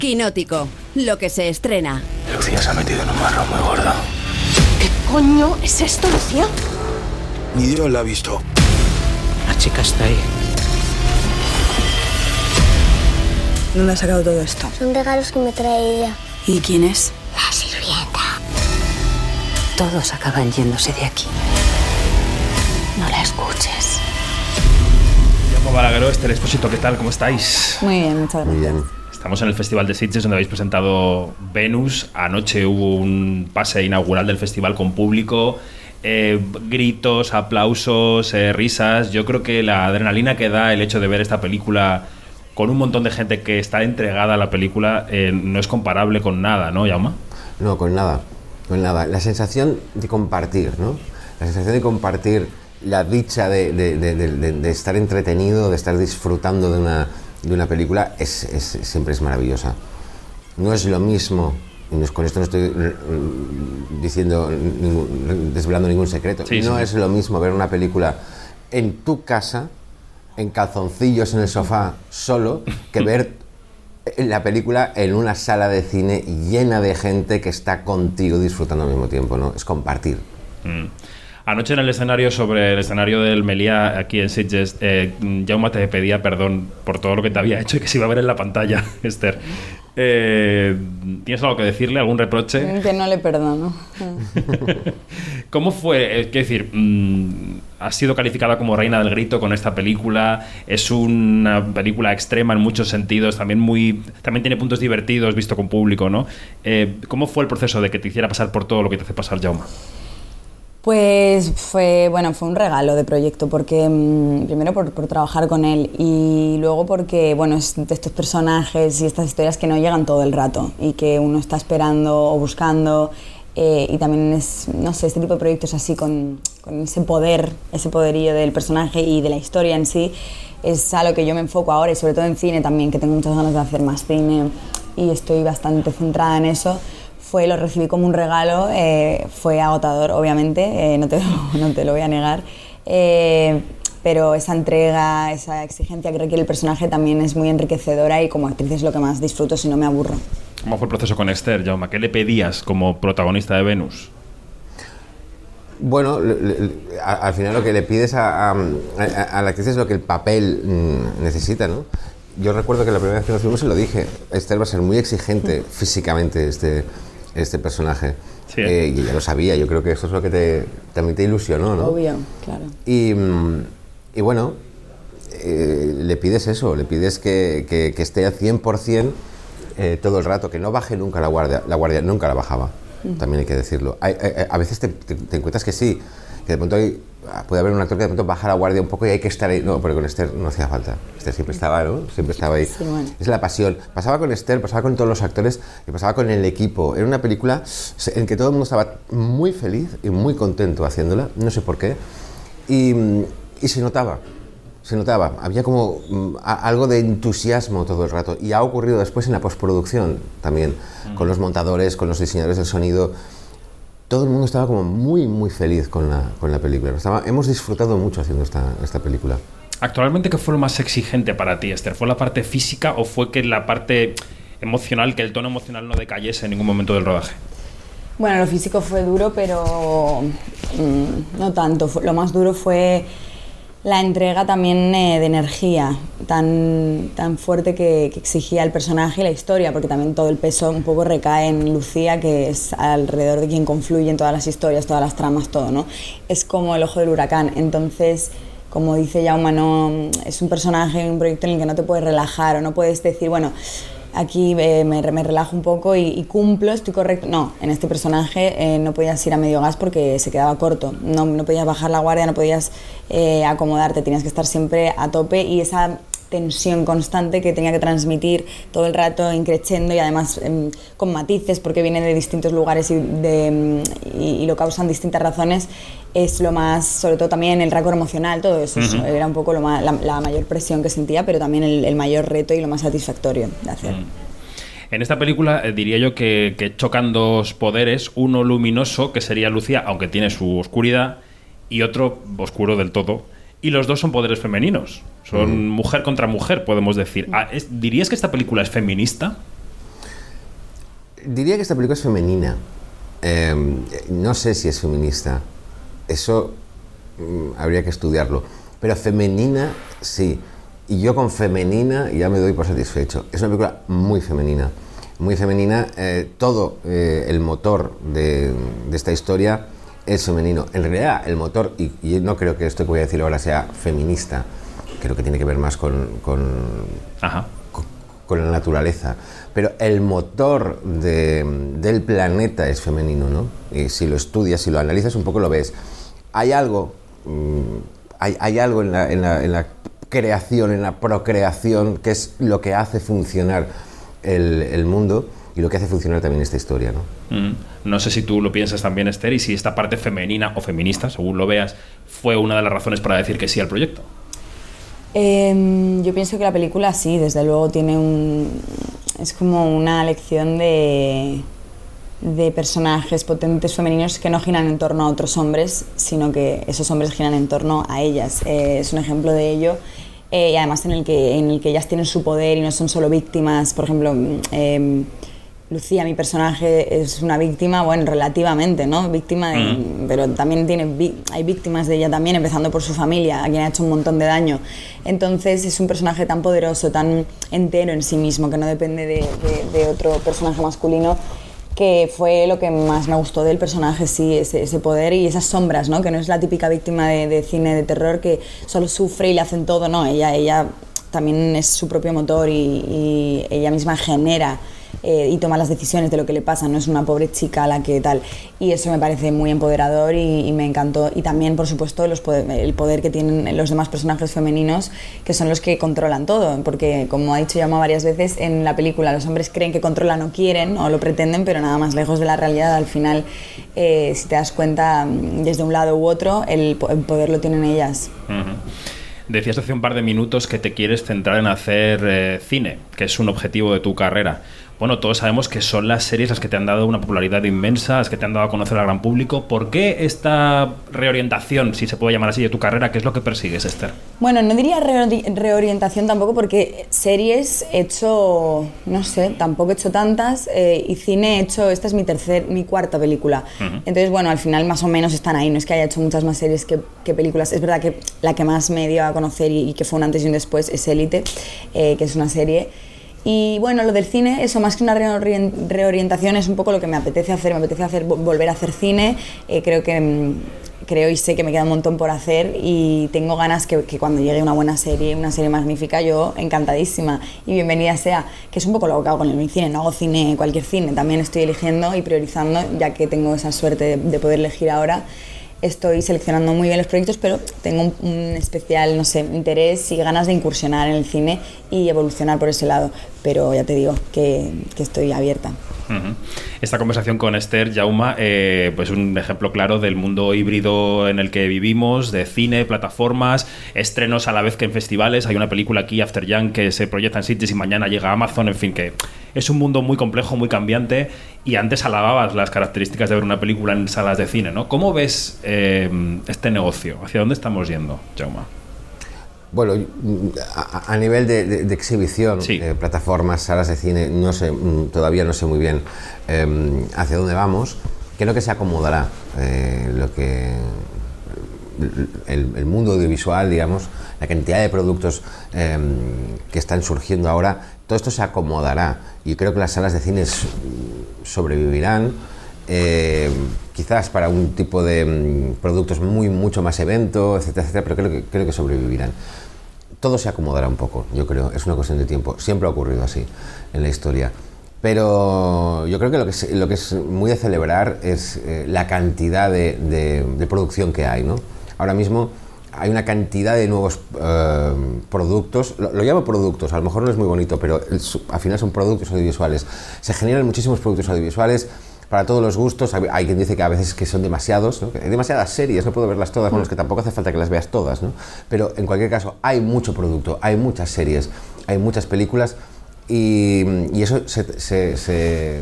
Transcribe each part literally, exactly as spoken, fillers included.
Quinótico, lo que se estrena. Lucía se ha metido en un marrón muy gordo. ¿Qué coño es esto, Lucía? Ni Dios la ha visto. La chica está ahí. ¿Dónde ha sacado todo esto? Son regalos que me trae ella. ¿Y quién es? La sirvienta. Todos acaban yéndose de aquí. No la escuches. Jaume Balagueró, Esther Expósito, ¿qué tal? ¿Cómo estáis? Muy bien, muchas gracias. Muy bien. Estamos en el Festival de Sitges, donde habéis presentado Venus. Anoche hubo un pase inaugural del festival con público, eh, gritos, aplausos, eh, risas. Yo creo que la adrenalina que da el hecho de ver esta película con un montón de gente que está entregada a la película eh, no es comparable con nada, ¿no, Jaume? No, con nada, con nada. La sensación de compartir, ¿no? La sensación de compartir la dicha de, de, de, de, de estar entretenido, de estar disfrutando de una, de una película, es, es, siempre es maravillosa. No es lo mismo, y con esto no estoy diciendo, ningún, desvelando ningún secreto, sí, no sí. es lo mismo ver una película en tu casa, en calzoncillos en el sofá, solo, que ver la película en una sala de cine llena de gente que está contigo disfrutando al mismo tiempo, ¿no? Es compartir. Mm. Anoche en el escenario, sobre el escenario del Meliá, aquí en Sitges, eh, Jaume te pedía perdón por todo lo que te había hecho y que se iba a ver en la pantalla, Esther. Eh, ¿Tienes algo que decirle? ¿Algún reproche? Que no le perdono. ¿Cómo fue? Es decir, mmm, has sido calificada como reina del grito con esta película. Es una película extrema en muchos sentidos, también muy, también tiene puntos divertidos visto con público, ¿no? Eh, ¿Cómo fue el proceso de que te hiciera pasar por todo lo que te hace pasar, Jaume? Pues fue, bueno, fue un regalo de proyecto, porque mmm, primero por, por trabajar con él y luego porque, bueno, es de estos personajes y estas historias que no llegan todo el rato y que uno está esperando o buscando, eh, y también es, no sé, este tipo de proyectos así con, con ese poder, ese poderío del personaje y de la historia en sí, es a lo que yo me enfoco ahora y sobre todo en cine también, que tengo muchas ganas de hacer más cine y estoy bastante centrada en eso. Fue, lo recibí como un regalo, eh, fue agotador, obviamente, eh, no, te lo, no te lo voy a negar, eh, pero esa entrega, esa exigencia que requiere el personaje también es muy enriquecedora y como actriz es lo que más disfruto si no me aburro. ¿Cómo fue el proceso con Esther, Jaume? ¿Qué le pedías como protagonista de Venus? Bueno, le, le, a, al final lo que le pides a, a, a, a la actriz es lo que el papel mmm, necesita, ¿no? Yo recuerdo que la primera vez que nos fuimos se lo dije, Esther va a ser muy exigente físicamente este... este personaje, sí. eh, y ella lo sabía. Yo creo que eso es lo que te, también te ilusionó, ¿no? Obvio, claro. Y, y bueno, eh, le pides eso, le pides que, que, que esté al cien por ciento eh, todo el rato, que no baje nunca la guardia. La guardia nunca la bajaba, uh-huh. También hay que decirlo. Hay, hay, a veces te, te, te encuentras que sí, que de pronto hay, puede haber un actor que de pronto baja la guardia un poco y hay que estar ahí. No, pero con Esther no hacía falta. Esther siempre estaba, ¿no? Siempre estaba ahí. Sí, bueno. Es la pasión. Pasaba con Esther, pasaba con todos los actores y pasaba con el equipo. Era una película en que todo el mundo estaba muy feliz y muy contento haciéndola, no sé por qué. Y, y se notaba, se notaba. Había como um, a, algo de entusiasmo todo el rato. Y ha ocurrido después en la postproducción también, mm. con los montadores, con los diseñadores del sonido. Todo el mundo estaba como muy, muy feliz con la, con la película. Estaba, hemos disfrutado mucho haciendo esta, esta película. Actualmente, ¿qué fue lo más exigente para ti, Esther? ¿Fue la parte física o fue que la parte emocional, que el tono emocional no decayese en ningún momento del rodaje? Bueno, lo físico fue duro, pero mmm, no tanto. Lo más duro fue la entrega también eh, de energía tan, tan fuerte que, que exigía el personaje y la historia, porque también todo el peso un poco recae en Lucía, que es alrededor de quien confluyen todas las historias, todas las tramas, todo, ¿no? Es como el ojo del huracán. Entonces, como dice Jaume, no, es un personaje, un proyecto en el que no te puedes relajar o no puedes decir, bueno, aquí eh, me, me relajo un poco y, y cumplo, estoy correcto. No, en este personaje eh, no podías ir a medio gas porque se quedaba corto, no, no podías bajar la guardia, no podías eh, acomodarte, tenías que estar siempre a tope y esa tensión constante que tenía que transmitir todo el rato increciendo y además eh, con matices porque viene de distintos lugares y, de, y, y lo causan distintas razones, es lo más, sobre todo también el récord emocional, todo eso, uh-huh. Eso era un poco lo más, la, la mayor presión que sentía, pero también el, el mayor reto y lo más satisfactorio de hacer. Uh-huh. En esta película eh, diría yo que, que chocan dos poderes, uno luminoso, que sería Lucía, aunque tiene su oscuridad, y otro oscuro del todo. Y los dos son poderes femeninos. Son mm. mujer contra mujer, podemos decir. Ah, es, ¿dirías que esta película es feminista? Diría que esta película es femenina. Eh, no sé si es feminista. Eso mm, habría que estudiarlo. Pero femenina, sí. Y yo con femenina ya me doy por satisfecho. Es una película muy femenina. Muy femenina. Eh, todo eh, el motor de, de esta historia es femenino. En realidad, el motor, y, y no creo que esto que voy a decir ahora sea feminista, creo que tiene que ver más con, con, Ajá. con, con la naturaleza. Pero el motor de, del planeta es femenino, ¿no? Y si lo estudias, si lo analizas un poco, lo ves. Hay algo, mmm, hay, hay algo en la, en la, en la creación, en la procreación, que es lo que hace funcionar el, el mundo y lo que hace funcionar también esta historia, ¿no? Mm. No sé si tú lo piensas también, Esther, y si esta parte femenina o feminista, según lo veas, fue una de las razones para decir que sí al proyecto. Eh, yo pienso que la película sí, desde luego tiene un... es como una lección de, de personajes potentes femeninos que no giran en torno a otros hombres, sino que esos hombres giran en torno a ellas. Eh, es un ejemplo de ello. Eh, y además en el, que, en el que ellas tienen su poder y no son solo víctimas. Por ejemplo, eh, Lucía, mi personaje, es una víctima, bueno, relativamente, ¿no? Víctima, de, mm. pero también tiene, hay víctimas de ella también, empezando por su familia, a quien ha hecho un montón de daño. Entonces es un personaje tan poderoso, tan entero en sí mismo, que no depende de, de, de otro personaje masculino, que fue lo que más me gustó del personaje, sí, ese, ese poder y esas sombras, ¿no? Que no es la típica víctima de, de cine de terror que solo sufre y le hacen todo, no, ella, ella también es su propio motor y, y ella misma genera eh, y toma las decisiones de lo que le pasa, no es una pobre chica a la que tal, y eso me parece muy empoderador y, y me encantó. Y también, por supuesto, los poder, el poder que tienen los demás personajes femeninos, que son los que controlan todo, porque como ha dicho Jaume varias veces, en la película los hombres creen que controlan o quieren o lo pretenden, pero nada más lejos de la realidad. Al final, eh, si te das cuenta, desde un lado u otro, el, el poder lo tienen ellas. Uh-huh. Decías hace un par de minutos que te quieres centrar en hacer eh, cine, que es un objetivo de tu carrera. Bueno, todos sabemos que son las series las que te han dado una popularidad inmensa, las que te han dado a conocer al gran público. ¿Por qué esta reorientación, si se puede llamar así, de tu carrera? ¿Qué es lo que persigues, Esther? Bueno, no diría re- reorientación tampoco, porque series he hecho, no sé, tampoco he hecho tantas, eh, y cine he hecho, esta es mi tercer, mi cuarta película. Uh-huh. Entonces, bueno, al final más o menos están ahí, no es que haya hecho muchas más series que, que películas. Es verdad que la que más me dio a conocer y, y que fue un antes y un después es Élite, eh, que es una serie. Y bueno, lo del cine, eso más que una reorientación es un poco lo que me apetece hacer, me apetece hacer, volver a hacer cine, eh, creo que creo y sé que me queda un montón por hacer y tengo ganas que, que cuando llegue una buena serie, una serie magnífica, yo encantadísima y bienvenida sea, que es un poco lo que hago con el cine, no hago cine, cualquier cine, también estoy eligiendo y priorizando, ya que tengo esa suerte de, de poder elegir ahora. Estoy seleccionando muy bien los proyectos, pero tengo un, un especial, no sé, interés y ganas de incursionar en el cine y evolucionar por ese lado. Pero ya te digo que, que estoy abierta. Uh-huh. Esta conversación con Esther, Jaume, eh, pues un ejemplo claro del mundo híbrido en el que vivimos, de cine, plataformas, estrenos a la vez que en festivales. Hay una película aquí, After Young, que se proyecta en Sitges y mañana llega a Amazon. En fin, que es un mundo muy complejo, muy cambiante. Y antes alababas las características de ver una película en salas de cine, ¿no? ¿Cómo ves eh, este negocio? ¿Hacia dónde estamos yendo, Jaume? Bueno, a, a nivel de, de, de exhibición, sí. eh, plataformas, salas de cine, no sé, todavía no sé muy bien eh, hacia dónde vamos. Creo que se acomodará eh, lo que el, el mundo audiovisual, digamos, la cantidad de productos eh, que están surgiendo ahora, todo esto se acomodará y creo que las salas de cine sobrevivirán. Eh, quizás para un tipo de mm, productos muy mucho más evento, etcétera, etcétera, pero creo que, creo que sobrevivirán. Todo se acomodará un poco, yo creo, es una cuestión de tiempo. Siempre ha ocurrido así en la historia. Pero yo creo que lo que es, lo que es muy de celebrar es eh, la cantidad de, de, de producción que hay, ¿no? Ahora mismo hay una cantidad de nuevos eh, productos, lo, lo llamo productos, a lo mejor no es muy bonito, pero el, al final son productos audiovisuales. Se generan muchísimos productos audiovisuales para todos los gustos. Hay quien dice que a veces que son demasiados, ¿no? Que hay demasiadas series, no puedo verlas todas, bueno, es que tampoco hace falta que las veas todas, ¿no? Pero en cualquier caso hay mucho producto, hay muchas series, hay muchas películas y, y eso se, se, se,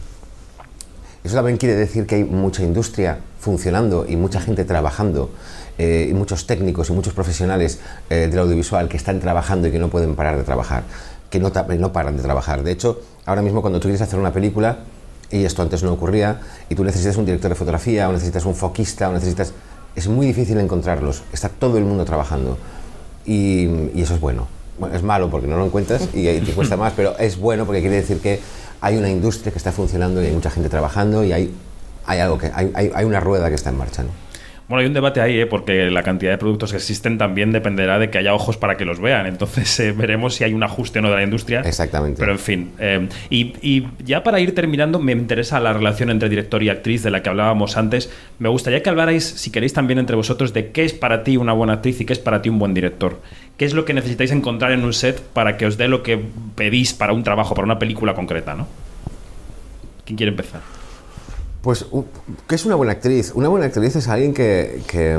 eso también quiere decir que hay mucha industria funcionando y mucha gente trabajando eh, y muchos técnicos y muchos profesionales eh, del audiovisual que están trabajando y que no pueden parar de trabajar, que no, no paran de trabajar. De hecho, ahora mismo cuando tú quieres hacer una película, Y esto antes no ocurría, y tú necesitas un director de fotografía, o necesitas un foquista, o necesitas... Es muy difícil encontrarlos, está todo el mundo trabajando, y, y eso es bueno. Bueno, es malo porque no lo encuentras y, y te cuesta más, pero es bueno porque quiere decir que hay una industria que está funcionando y hay mucha gente trabajando y hay, hay algo que hay, hay, hay una rueda que está en marcha, ¿no? Bueno, hay un debate ahí, ¿eh? Porque la cantidad de productos que existen también dependerá de que haya ojos para que los vean. Entonces eh, veremos si hay un ajuste o no de la industria. Exactamente. Pero en fin. Eh, y, y ya para ir terminando, me interesa la relación entre director y actriz de la que hablábamos antes. Me gustaría que hablarais, si queréis, también entre vosotros de qué es para ti una buena actriz y qué es para ti un buen director. ¿Qué es lo que necesitáis encontrar en un set para que os dé lo que pedís para un trabajo, para una película concreta, ¿no? ¿Quién quiere empezar? Pues, ¿qué es una buena actriz? Una buena actriz es alguien que... que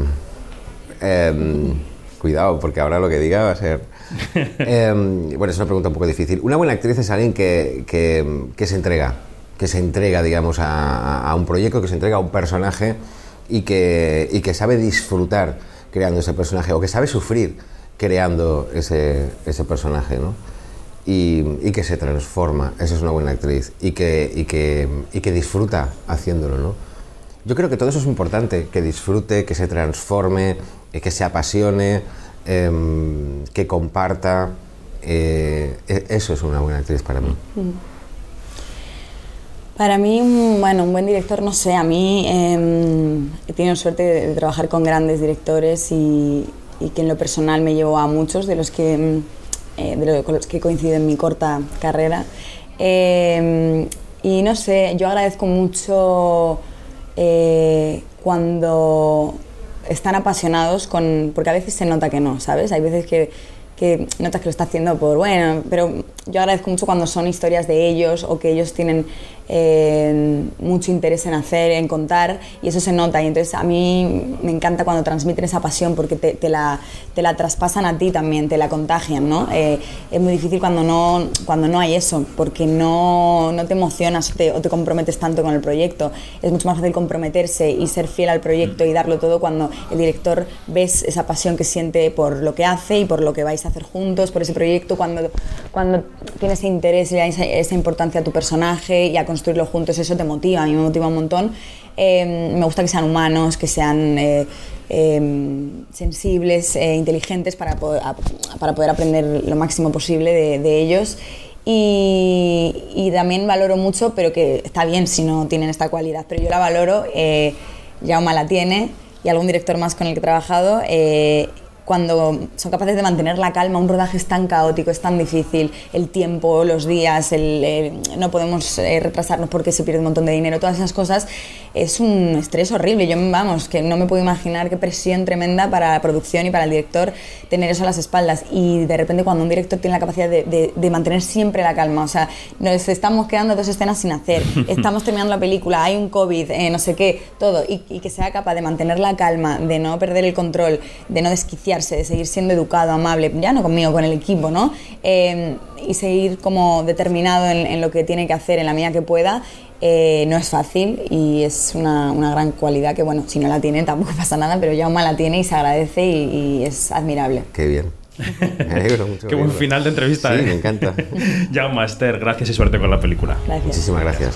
eh, cuidado, porque ahora lo que diga va a ser... eh, bueno, es una pregunta un poco difícil. Una buena actriz es alguien que, que, que se entrega, que se entrega, digamos, a, a un proyecto, que se entrega a un personaje y que, y que sabe disfrutar creando ese personaje, o que sabe sufrir creando ese, ese personaje, ¿no? Y, y que se transforma, esa es una buena actriz, y que, y, que, y que disfruta haciéndolo, ¿no? Yo creo que todo eso es importante, que disfrute, que se transforme, eh, que se apasione, eh, que comparta, eh, eso es una buena actriz para mí. Para mí, bueno, un buen director, no sé, a mí eh, he tenido suerte de, de trabajar con grandes directores y, y que en lo personal me llevo a muchos de los que... Eh, de lo, con los que he coincidido en mi corta carrera. Eh, y no sé, yo agradezco mucho eh, cuando están apasionados, con, porque a veces se nota que no, ¿sabes? Hay veces que, que notas que lo está haciendo por bueno, pero yo agradezco mucho cuando son historias de ellos o que ellos tienen eh, mucho interés en hacer, en contar, y eso se nota. Y entonces a mí me encanta cuando transmiten esa pasión porque te, te, la, te la traspasan a ti también, te la contagian, ¿no? Eh, es muy difícil cuando no, cuando no hay eso, porque no, no te emocionas o te, o te comprometes tanto con el proyecto. Es mucho más fácil comprometerse y ser fiel al proyecto y darlo todo cuando el director ves esa pasión que siente por lo que hace y por lo que vais a hacer juntos, por ese proyecto, cuando, cuando tienes ese interés y esa, esa importancia a tu personaje y a construirlo juntos, eso te motiva, a mí me motiva un montón. Eh, me gusta que sean humanos, que sean eh, eh, sensibles, eh, inteligentes para poder, a, para poder aprender lo máximo posible de, de ellos. Y, y también valoro mucho, pero que está bien si no tienen esta cualidad, pero yo la valoro, eh, Jaume la tiene y algún director más con el que he trabajado, eh, cuando son capaces de mantener la calma. Un rodaje es tan caótico, es tan difícil, el tiempo, los días, el, el, no podemos eh, retrasarnos porque se pierde un montón de dinero, todas esas cosas, es un estrés horrible. Yo, vamos, que no me puedo imaginar qué presión tremenda para la producción y para el director tener eso a las espaldas, y de repente cuando un director tiene la capacidad de, de, de mantener siempre la calma, o sea, nos estamos quedando dos escenas sin hacer, estamos terminando la película, hay un COVID, eh, no sé qué, todo, y, y que sea capaz de mantener la calma, de no perder el control, de no desquiciar, de seguir siendo educado, amable, ya no conmigo, con el equipo, ¿no? Eh, y seguir como determinado en, en lo que tiene que hacer en la medida que pueda, eh, no es fácil y es una, una gran cualidad que, bueno, si no la tiene tampoco pasa nada, pero Jaume la tiene y se agradece y, y es admirable. Qué bien. Me alegro mucho. Qué buen final de entrevista, sí, ¿eh? Me encanta. Jaume, Esther, gracias y suerte con la película. Gracias. Muchísimas gracias.